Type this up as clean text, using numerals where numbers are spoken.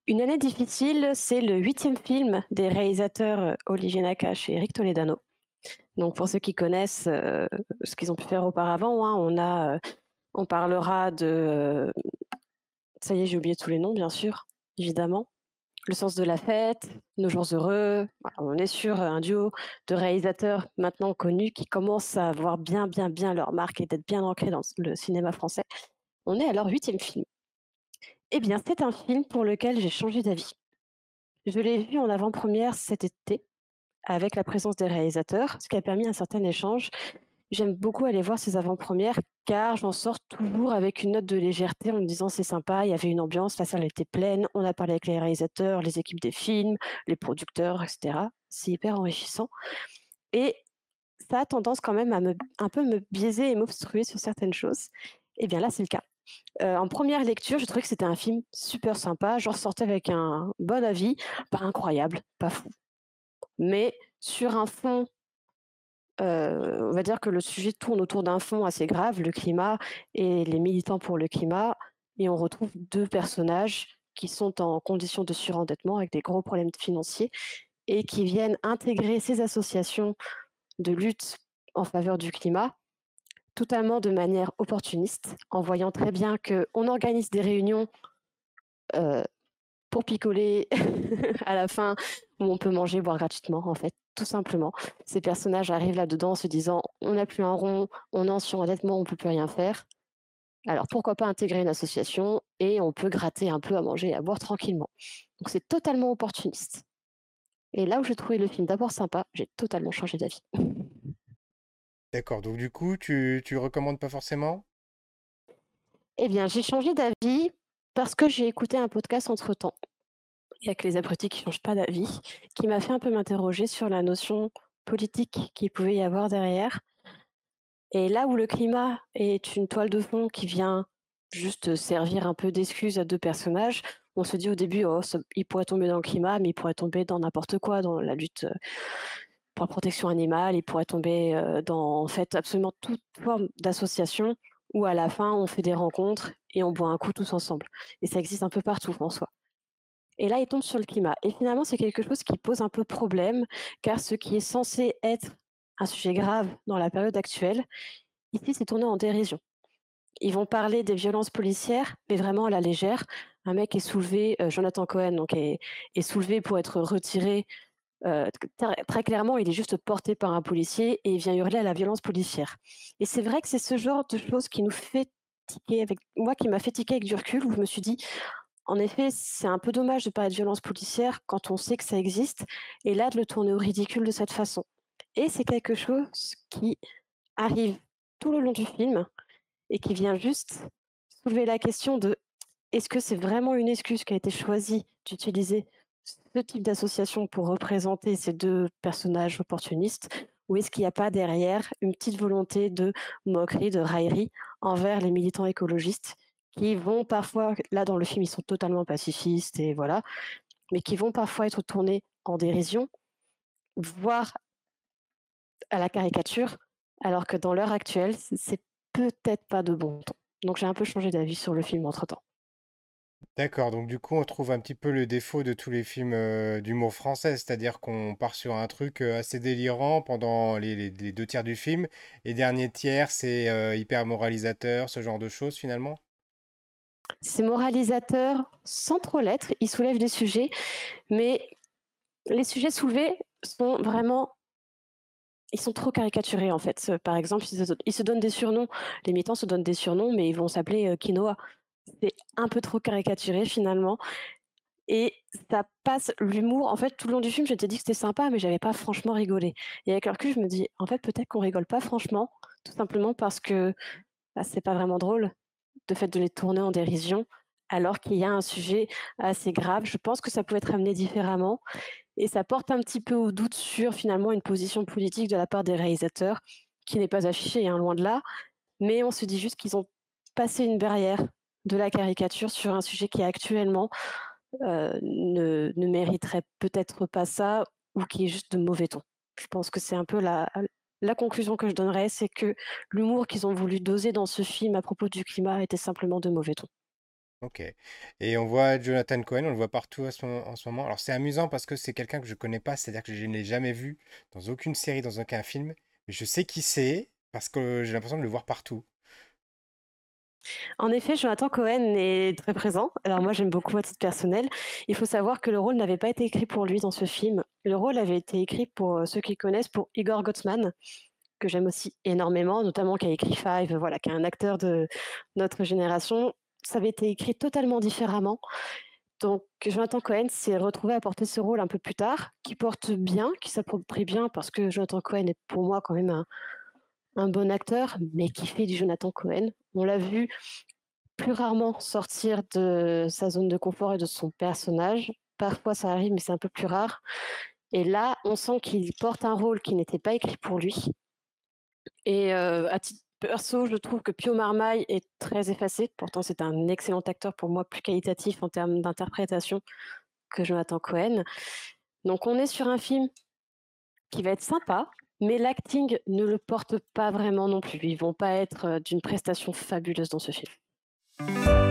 Une année difficile, c'est le huitième film des réalisateurs Olivier Nakache et Eric Toledano. Donc pour ceux qui connaissent ce qu'ils ont pu faire auparavant, hein, on parlera de, ça y est, j'ai oublié tous les noms, bien sûr, évidemment. Le sens de la fête, Nos jours heureux. Voilà, on est sur un duo de réalisateurs maintenant connus qui commencent à avoir bien, bien, bien leur marque et d'être bien ancrés dans le cinéma français. On est à leur huitième film. Eh bien, c'est un film pour lequel j'ai changé d'avis. Je l'ai vu en avant-première cet été avec la présence des réalisateurs, ce qui a permis un certain échange. J'aime beaucoup aller voir ces avant-premières car j'en sors toujours avec une note de légèreté en me disant c'est sympa, il y avait une ambiance, la salle était pleine, on a parlé avec les réalisateurs, les équipes des films, les producteurs, etc. C'est hyper enrichissant. Et ça a tendance quand même à un peu me biaiser et m'obstruer sur certaines choses. Et bien là, c'est le cas. En première lecture, j'ai trouvé que c'était un film super sympa. J'en ressortais avec un bon avis, pas incroyable, pas fou, mais sur un fond, on va dire que le sujet tourne autour d'un fond assez grave, le climat et les militants pour le climat, et on retrouve 2 personnages qui sont en condition de surendettement avec des gros problèmes financiers et qui viennent intégrer ces associations de lutte en faveur du climat, totalement de manière opportuniste, en voyant très bien qu'on organise des réunions, heu pour picoler à la fin, où on peut manger, boire gratuitement, en fait, tout simplement. Ces personnages arrivent là-dedans en se disant: «On n'a plus un rond, on est en surendettement, on peut plus rien faire. Alors pourquoi pas intégrer une association et on peut gratter un peu à manger et à boire tranquillement». Donc c'est totalement opportuniste et là où j'ai trouvé le film d'abord sympa, j'ai totalement changé d'avis. D'accord, donc du coup, tu le recommandes pas forcément? Eh bien, j'ai changé d'avis parce que j'ai écouté un podcast entre-temps. Il y a que les abrutis qui changent pas d'avis, qui m'a fait un peu m'interroger sur la notion politique qu'il pouvait y avoir derrière. Et là où le climat est une toile de fond qui vient juste servir un peu d'excuse à 2 personnages, on se dit au début: «Oh ça il pourrait tomber dans le climat, mais il pourrait tomber dans n'importe quoi, dans la lutte, pour la protection animale, il pourrait tomber, dans en fait absolument toute forme d'association où à la fin on fait des rencontres et on boit un coup tous ensemble» et ça existe un peu partout en soi. Et là, il tombe sur le climat. Et finalement, c'est quelque chose qui pose un peu problème, car ce qui est censé être un sujet grave dans la période actuelle, ici, c'est tourné en dérision. Ils vont parler des violences policières, mais vraiment à la légère. Un mec est soulevé, Jonathan Cohen, donc est soulevé pour être retiré. Très clairement, il est juste porté par un policier et il vient hurler à la violence policière. Et c'est vrai que c'est ce genre de choses qui nous fait tiquer avec moi, qui m'a fait tiquer avec du recul, où je me suis dit: en effet, c'est un peu dommage de parler de violence policière quand on sait que ça existe et là, de le tourner au ridicule de cette façon. Et c'est quelque chose qui arrive tout le long du film et qui vient juste soulever la question de: est-ce que c'est vraiment une excuse qui a été choisie d'utiliser ce type d'association pour représenter ces 2 personnages opportunistes? Ou est-ce qu'il n'y a pas derrière une petite volonté de moquerie, de raillerie envers les militants écologistes qui vont parfois là dans le film, ils sont totalement pacifistes et voilà, mais qui vont parfois être tournés en dérision, voire à la caricature, alors que dans l'heure actuelle, c'est peut-être pas de bon ton. Donc j'ai un peu changé d'avis sur le film entre-temps. D'accord, donc du coup, on trouve un petit peu le défaut de tous les films d'humour français, c'est-à-dire qu'on part sur un truc assez délirant pendant les deux tiers du film, et dernier tiers, c'est hyper moralisateur, ce genre de choses finalement. C'est moralisateur sans trop l'être, il soulève des sujets, mais les sujets soulevés sont vraiment ils sont trop caricaturés en fait. Par exemple, ils se donnent des surnoms, les militants se donnent des surnoms, mais ils vont s'appeler, Quinoa. C'est un peu trop caricaturé finalement et ça passe l'humour en fait tout le long du film, je t'ai dit que c'était sympa, mais j'avais pas franchement rigolé et avec le recul, je me dis: «En fait, peut-être qu'on rigole pas franchement, tout simplement parce que, bah, c'est pas vraiment drôle, de fait de les tourner en dérision, alors qu'il y a un sujet assez grave». Je pense que ça pouvait être amené différemment et ça porte un petit peu au doute sur finalement une position politique de la part des réalisateurs, qui n'est pas affichée, hein, loin de là, mais on se dit juste qu'ils ont passé une barrière de la caricature sur un sujet qui actuellement, ne mériterait peut-être pas ça ou qui est juste de mauvais ton. Je pense que c'est un peu la conclusion que je donnerais, c'est que l'humour qu'ils ont voulu doser dans ce film à propos du climat était simplement de mauvais ton. Ok. Et on voit Jonathan Cohen, on le voit partout en ce moment. Alors c'est amusant parce que c'est quelqu'un que je connais pas, c'est-à-dire que je ne l'ai jamais vu dans aucune série, dans aucun film. Mais je sais qui c'est parce que j'ai l'impression de le voir partout. En effet, Jonathan Cohen est très présent. Alors moi, j'aime beaucoup à titre personnel. Il faut savoir que le rôle n'avait pas été écrit pour lui dans ce film. Le rôle avait été écrit pour, ceux qui connaissent, pour Igor Gottman, que j'aime aussi énormément, notamment qui a écrit Five, voilà, qui est un acteur de notre génération. Ça avait été écrit totalement différemment. Donc Jonathan Cohen s'est retrouvé à porter ce rôle un peu plus tard, qui porte bien, qui s'approprie bien parce que Jonathan Cohen est pour moi quand même un bon acteur, mais qui fait du Jonathan Cohen. On l'a vu plus rarement sortir de sa zone de confort et de son personnage. Parfois ça arrive, mais c'est un peu plus rare. Et là, on sent qu'il porte un rôle qui n'était pas écrit pour lui. Et à titre perso, je trouve que Pio Marmaille est très effacé. Pourtant, c'est un excellent acteur pour moi, plus qualitatif en termes d'interprétation que Jonathan Cohen. Donc on est sur un film qui va être sympa, mais l'acting ne le porte pas vraiment non plus. Ils vont pas être, d'une prestation fabuleuse dans ce film.